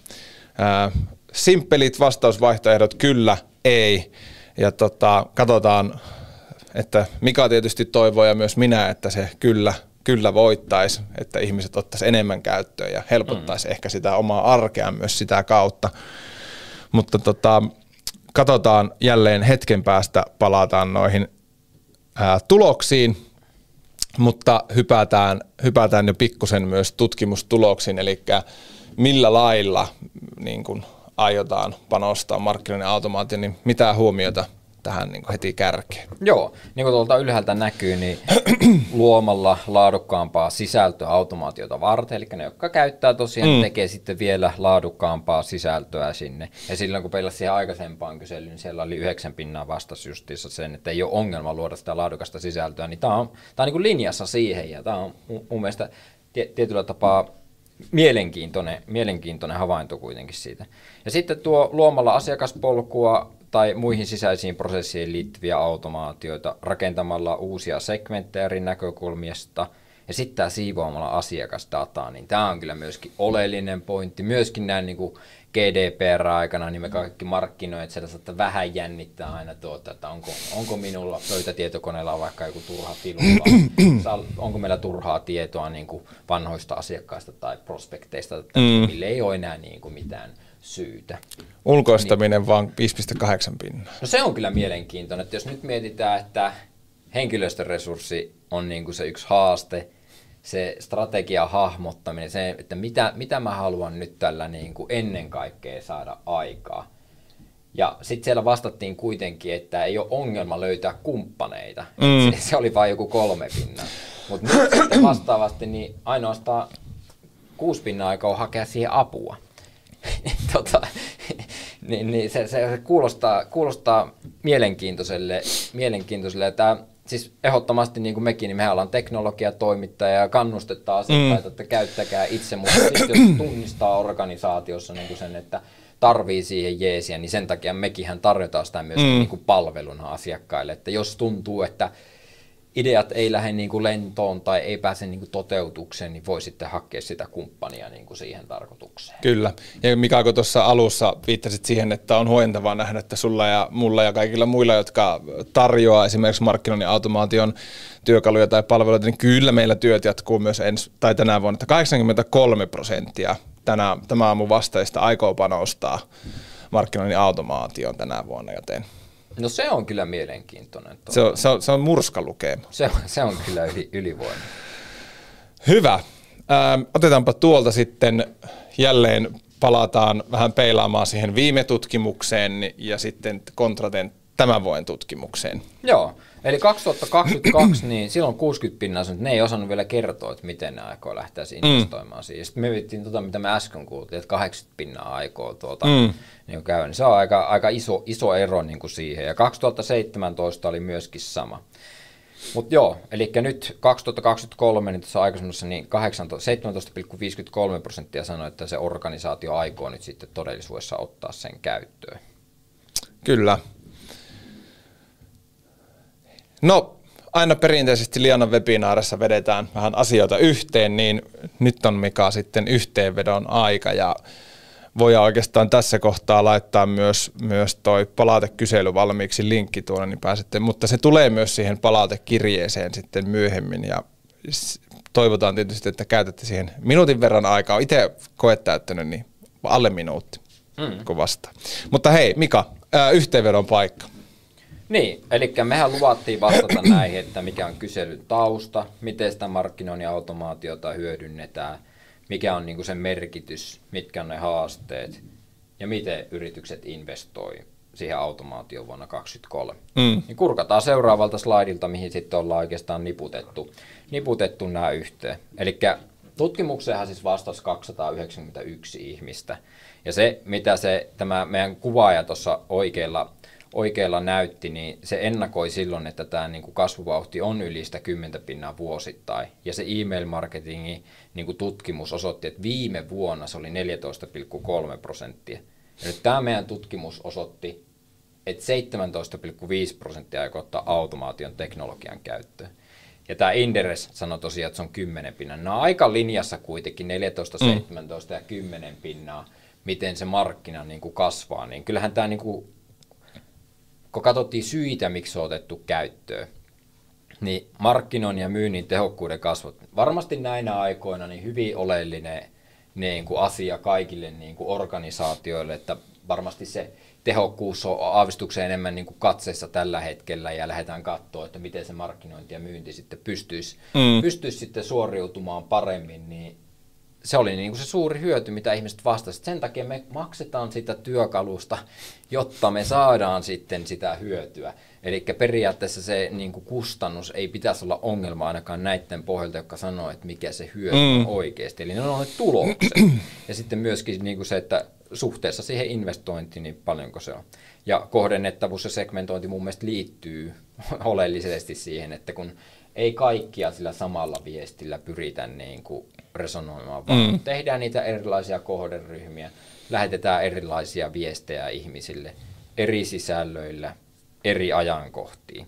simppelit vastausvaihtoehdot kyllä, ei. Ja katsotaan, että Mika tietysti toivoo ja myös minä, että se kyllä voittaisi, että ihmiset ottaisi enemmän käyttöön ja helpottaisi ehkä sitä omaa arkea myös sitä kautta. Mutta katsotaan jälleen hetken päästä, palataan noihin tuloksiin, mutta hypätään jo pikkusen myös tutkimustuloksiin, eli millä lailla niin kun aiotaan panostaa markkinoinnin automaatioon, niin mitä huomiota tähän niin heti kärkeen? Joo, niin kuin tuolta ylhäältä näkyy, niin luomalla laadukkaampaa sisältöä automaatiota varten, eli ne, jotka käyttää tosiaan, tekee sitten vielä laadukkaampaa sisältöä sinne. Ja silloin kun peilasi siihen aikaisempaan kyselyyn, niin siellä oli 9 pinnaa vastasi justiinsa sen, että ei ole ongelma luoda sitä laadukasta sisältöä, niin tämä on niin kuin linjassa siihen, ja tämä on mun mielestä tietyllä tapaa mielenkiintoinen havainto kuitenkin siitä. Ja sitten tuo luomalla asiakaspolkua tai muihin sisäisiin prosesseihin liittyviä automaatioita, rakentamalla uusia segmenttejä eri näkökulmista ja sitten tämä siivoamalla asiakasdataa, niin tämä on kyllä myöskin oleellinen pointti. Myöskin näin niin kuin GDPR-aikana, niin me kaikki markkinoijat sellaiset vähän jännittää aina että onko minulla pöytätietokoneella vaikka joku turha filma, onko meillä turhaa tietoa niin kuin vanhoista asiakkaista tai prospekteista, mille ei ole enää niin kuin mitään syytä. Ulkoistaminen niin, vaan 5,8 pinnaa. No se on kyllä mielenkiintoinen, että jos nyt mietitään, että henkilöstöresurssi on niin kuin se yksi haaste, se strategian hahmottaminen, se, että mitä mä haluan nyt tällä niin kuin ennen kaikkea saada aikaa. Ja sitten siellä vastattiin kuitenkin, että ei ole ongelma löytää kumppaneita. Se oli vain joku 3 pinnaa. Mutta nyt sitten vastaavasti niin ainoastaan 6 pinnaa aikaa on hakea siihen apua. niin se kuulostaa mielenkiintoiselle. Tämä, siis ehdottomasti niin kuin mekin, niin mehän ollaan teknologiatoimittaja ja kannustetaan asiakkaita, että käyttäkää itse, mutta sitten jos tunnistaa organisaatiossa niin kuin sen, että tarvii siihen jeesiä, niin sen takia mekinhän tarjotaan sitä myös niin kuin palveluna asiakkaille, että jos tuntuu, että ideat ei lähde niin kuin lentoon tai ei pääse niin kuin toteutukseen, niin voi sitten hakea sitä kumppania niin kuin siihen tarkoitukseen. Kyllä. Ja Mika, kun tuossa alussa viittasit siihen, että on huojentavaa nähdä, että sulla ja mulla ja kaikilla muilla, jotka tarjoaa esimerkiksi markkinoinnin automaation työkaluja tai palveluita, niin kyllä meillä työt jatkuu myös tänä vuonna, että 83% tämä aamun vastaista aikoo panostaa markkinoinnin automaatioon tänä vuonna, joten no se on kyllä mielenkiintoinen. Se on murskalukema. Se on kyllä ylivoimainen. Hyvä. Otetaanpa tuolta sitten jälleen, palataan vähän peilaamaan siihen viime tutkimukseen ja sitten kontraten tämän vuoden tutkimukseen. Joo, eli 2022, niin silloin 60 pinnaa, ne ei osannut vielä kertoa, että miten ne aikoo lähteä investoimaan siihen. Sitten me vittiin mitä me äsken kuultiin, että 80 pinnaa aikoo niin käydä, niin se on aika iso ero niin kuin siihen. Ja 2017 oli myöskin sama. Mutta joo, eli nyt 2023, niin tuossa aikaisemmassa niin 17,53% sanoi, että se organisaatio aikoo nyt sitten todellisuudessa ottaa sen käyttöön. Kyllä. No, aina perinteisesti Lianan webinaarissa vedetään vähän asioita yhteen, niin nyt on Mika sitten yhteenvedon aika ja voidaan oikeastaan tässä kohtaa laittaa myös toi palautekysely valmiiksi linkki tuonne, niin pääsette, mutta se tulee myös siihen palautekirjeeseen sitten myöhemmin ja toivotaan tietysti, että käytätte siihen minuutin verran aikaa. Itse koetäyttänyt, niin alle minuutti, kun vastaa. Mutta hei Mika, yhteenvedon paikka. Niin, eli mehän luvattiin vastata näihin, että mikä on kyselyn tausta, miten sitä markkinoinnin automaatiota hyödynnetään, mikä on niinku sen merkitys, mitkä on ne haasteet ja miten yritykset investoi siihen automaatioon vuonna 2023. Niin kurkataan seuraavalta slaidilta, mihin sitten ollaan oikeastaan niputettu nämä yhteen. Eli tutkimukseenhan siis vastasi 291 ihmistä. Ja se, mitä tämä meidän kuvaaja tuossa oikealla näytti, niin se ennakoi silloin, että tämä niin kuin kasvuvauhti on yli sitä 10% vuosittain. Ja se email-marketingin niin kuin tutkimus osoitti, että viime vuonna se oli 14,3%. Ja nyt tämä meidän tutkimus osoitti, että 17,5% aikoo ottaa automaation teknologian käyttöön. Ja tämä Inderes sanoi tosiaan, että se on 10%. Nämä on aika linjassa kuitenkin 14, 17 ja 10%, miten se markkina niin kuin kasvaa. Niin kyllähän tämä, niin kuin, kun katsottiin syitä, miksi se on otettu käyttöön, niin markkinoinnin ja myynnin tehokkuuden kasvot. Varmasti näinä aikoina niin hyvin oleellinen niin kuin asia kaikille niin kuin organisaatioille, että varmasti se tehokkuus on aavistuksen enemmän niin kuin katseessa tällä hetkellä ja lähdetään katsoa, että miten se markkinointi ja myynti sitten pystyisi sitten suoriutumaan paremmin, niin se oli niin kuin se suuri hyöty, mitä ihmiset vastasivat. Sen takia me maksetaan sitä työkalusta, jotta me saadaan sitten sitä hyötyä. Eli periaatteessa se niin kuin kustannus ei pitäisi olla ongelma ainakaan näiden pohjalta, jotka sanoo, että mikä se hyöty on oikeasti. Eli ne on ne tulokset. Ja sitten myöskin niin kuin se, että suhteessa siihen investointiin, niin paljonko se on. Ja kohdennettavuus ja segmentointi mun mielestä liittyy oleellisesti siihen, että kun ei kaikkia sillä samalla viestillä pyritä niin kuin resonoimaan, vaan tehdään niitä erilaisia kohderyhmiä, lähetetään erilaisia viestejä ihmisille eri sisällöillä, eri ajankohtiin.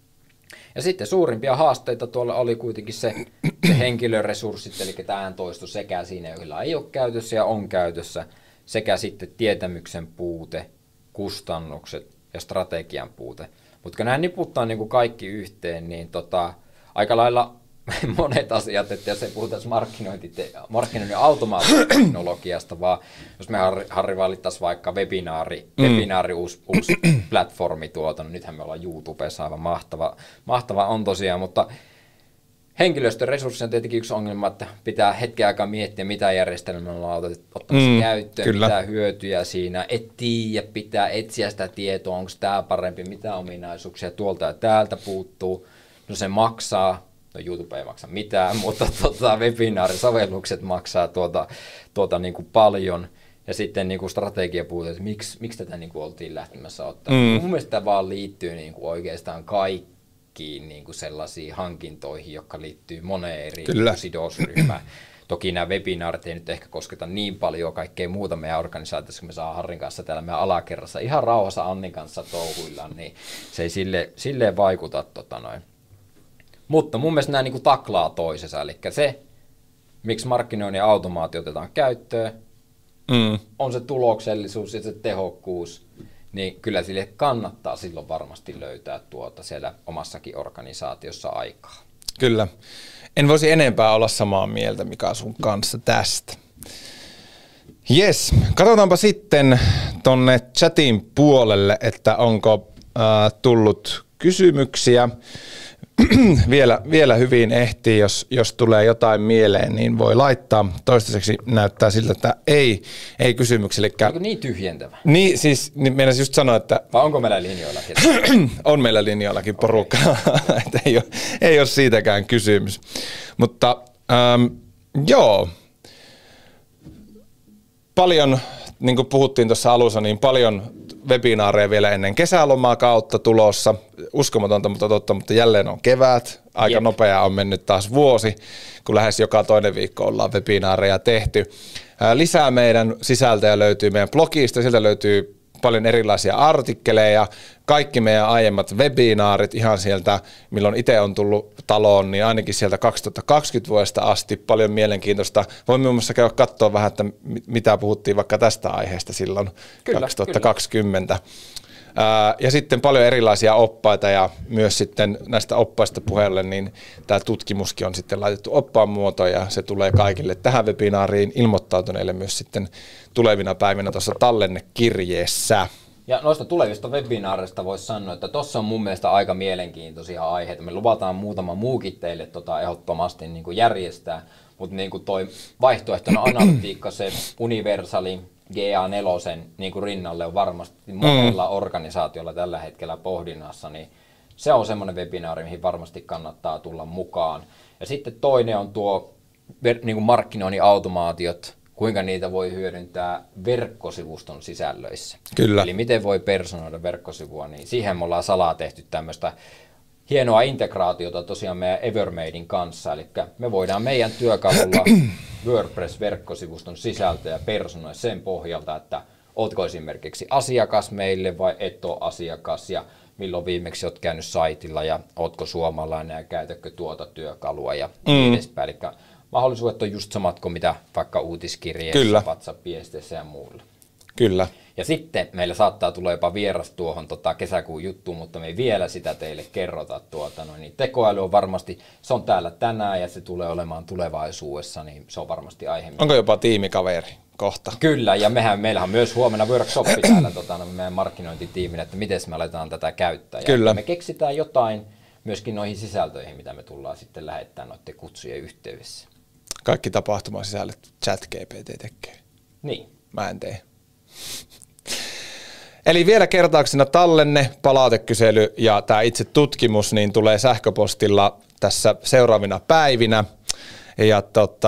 Ja sitten suurimpia haasteita tuolla oli kuitenkin se henkilöresurssit, eli tämä ääntoisto sekä siinä, joilla ei ole käytössä ja on käytössä, sekä sitten tietämyksen puute, kustannukset ja strategian puute. Mutta kun nämä niputtaa niin kuin kaikki yhteen, niin aika lailla monet asiat, että jos ei puhuta markkinoinnin automaatioteknologiasta, vaan jos me Harri valittaisiin vaikka webinaari uusi platformi no nythän me ollaan YouTubessa aivan mahtava on tosiaan, mutta henkilöstön resurssi on tietenkin yksi ongelma, että pitää hetken aikaa miettiä, mitä järjestelmää ollaan ottamassa käyttöön, kyllä, mitä hyötyjä siinä, pitää etsiä sitä tietoa, onko tämä parempi, mitä ominaisuuksia tuolta ja täältä puuttuu, no se maksaa. No YouTube ei maksa mitään, mutta webinaarisovellukset maksaa tuota niin kuin paljon. Ja sitten niin kuin strategiapuute, että miksi tätä niin kuin oltiin lähtemässä ottaa. Mun mielestä tämä vaan liittyy niin kuin oikeastaan kaikkiin niin kuin sellaisiin hankintoihin, jotka liittyy moneen eri sidosryhmään. Toki nämä webinaarit ei nyt ehkä kosketa niin paljon kaikkea muuta meidän organisaatiossa, kun me saa Harrin kanssa täällä meidän alakerrassa ihan rauhassa Annin kanssa touhuillaan, niin se ei silleen vaikuta Mutta mun mielestä nämä niin kuin taklaa toisensa, eli se, miksi markkinoinnin automaatio otetaan käyttöön, on se tuloksellisuus ja se tehokkuus, niin kyllä sille kannattaa silloin varmasti löytää siellä omassakin organisaatiossa aikaa. Kyllä. En voisi enempää olla samaa mieltä, Mika, sun kanssa tästä. Jes, katsotaanpa sitten tonne chatin puolelle, että onko tullut kysymyksiä. Vielä hyvin ehtii, jos tulee jotain mieleen, niin voi laittaa. Toistaiseksi näyttää siltä, että ei kysymyksiä. Onko niin tyhjentävä? Niin, siis meinasin just sanoa, että... Vai onko meillä linjoillakin? On meillä linjoillakin porukka, että ei ole siitäkään kysymys. Mutta joo, paljon, niin kuin puhuttiin tuossa alussa, niin paljon webinaareja vielä ennen kesälomaa kautta tulossa. Uskomatonta, mutta totta, mutta jälleen on kevät. Aika nopeaa on mennyt taas vuosi, kun lähes joka toinen viikko ollaan webinaareja tehty. Lisää meidän sisältöjä löytyy meidän blogista, sieltä löytyy paljon erilaisia artikkeleja, kaikki meidän aiemmat webinaarit ihan sieltä, milloin itse on tullut taloon, niin ainakin sieltä 2020 vuodesta asti paljon mielenkiintoista. Voin muun muassa käydä katsoa vähän, että mitä puhuttiin vaikka tästä aiheesta silloin 2020. Ja sitten paljon erilaisia oppaita ja myös sitten näistä oppaista puheelle, niin tämä tutkimuskin on sitten laitettu oppaan muotoon ja se tulee kaikille tähän webinaariin ilmoittautuneille myös sitten tulevina päivinä tuossa tallennekirjeessä. Ja noista tulevista webinaareista voisi sanoa, että tuossa on mun mielestä aika mielenkiintoisia aiheita. Me luvataan muutama muukin teille ehdottomasti niin kuin järjestää, mutta niin kuin toi vaihtoehtona analytiikka, se universaali GA4 niin kuin rinnalle on varmasti monella organisaatiolla tällä hetkellä pohdinnassa, niin se on semmoinen webinaari, mihin varmasti kannattaa tulla mukaan. Ja sitten toinen on tuo niin kuin markkinoinnin automaatiot kuinka niitä voi hyödyntää verkkosivuston sisällöissä. Kyllä. Eli miten voi personoida verkkosivua, niin siihen me ollaan salaa tehty tämmöistä hienoa integraatiota tosiaan meidän Evermadein kanssa, eli me voidaan meidän työkalulla WordPress-verkkosivuston sisältöä personoida sen pohjalta, että ootko esimerkiksi asiakas meille vai et ole asiakas ja milloin viimeksi olet käynyt saitilla ja ootko suomalainen ja käytätkö tuota työkalua ja niin edespäin. Eli mahdollisuudet on just samat kuin mitä vaikka uutiskirjeessä, WhatsApp-viesteissä ja muulla. Kyllä. Ja sitten meillä saattaa tulla jopa vieras tuohon kesäkuun juttuun, mutta me ei vielä sitä teille kerrota. Niin tekoäly on varmasti, se on täällä tänään ja se tulee olemaan tulevaisuudessa, niin se on varmasti aihe. Onko jopa tiimikaveri kohta? Kyllä, ja meillähän on myös huomenna workshopi täällä meidän markkinointitiimin, että miten me aletaan tätä käyttää. Kyllä. Ja me keksitään jotain myöskin noihin sisältöihin, mitä me tullaan sitten lähettämään noiden kutsujen yhteydessä. Kaikki tapahtumasisällöt ChatGPT tekee. Niin. Mä en tee. Eli vielä kertauksena tallenne, palautekysely ja tämä itse tutkimus niin tulee sähköpostilla tässä seuraavina päivinä. Ja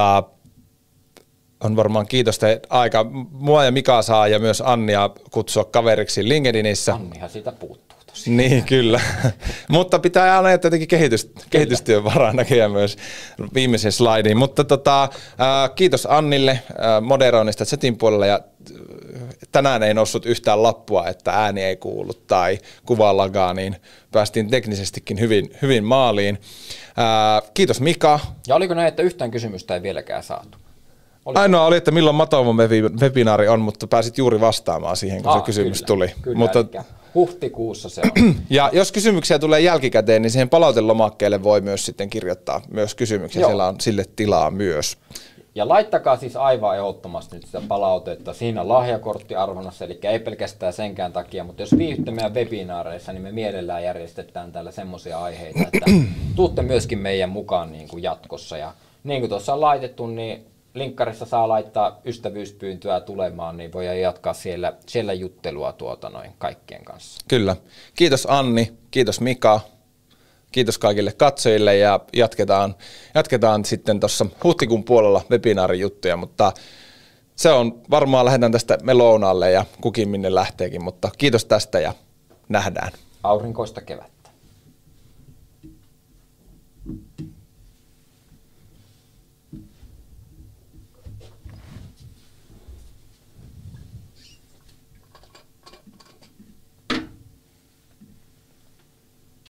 on varmaan kiitos aika. Mua ja Mika saa ja myös Annia kutsua kaveriksi LinkedInissä. Annihan siitä puuttuu tosiaan. Niin, kyllä. Mutta pitää aina jättää jotenkin kehitystyön varaa näkee myös viimeisen slaidiin. Mutta kiitos Annille moderoinnista chatin puolella ja tänään ei noussut yhtään lappua, että ääni ei kuulu tai kuva lagaa, niin päästiin teknisestikin hyvin maaliin. Kiitos Mika. Ja oliko näin, että yhtään kysymystä ei vieläkään saatu? Ainoa oli, että milloin Matoumon webinaari on, mutta pääsit juuri vastaamaan siihen, kun se kysymys tuli. Kyllä, mutta huhtikuussa se on. Ja jos kysymyksiä tulee jälkikäteen, niin siihen palautelomakkeelle voi myös sitten kirjoittaa myös kysymyksiä. Joo. Siellä on sille tilaa myös. Ja laittakaa siis aivan ehdottomasti nyt sitä palautetta siinä lahjakorttiarvonnassa, eli ei pelkästään senkään takia, mutta jos viihdytte meidän webinaareissa, niin me mielellään järjestetään täällä semmoisia aiheita, että tuutte myöskin meidän mukaan niin kuin jatkossa. Ja niin kuin tuossa on laitettu, niin linkkarissa saa laittaa ystävyyspyyntöä tulemaan, niin voidaan jatkaa siellä juttelua kaikkien kanssa. Kyllä. Kiitos Anni, kiitos Mika. Kiitos kaikille katsojille ja jatketaan sitten tuossa huhtikuun puolella webinaarijuttuja, mutta se on varmaan lähdetään tästä me lounaalle ja kukin minne lähteekin, mutta kiitos tästä ja nähdään. Aurinkoista kevättä.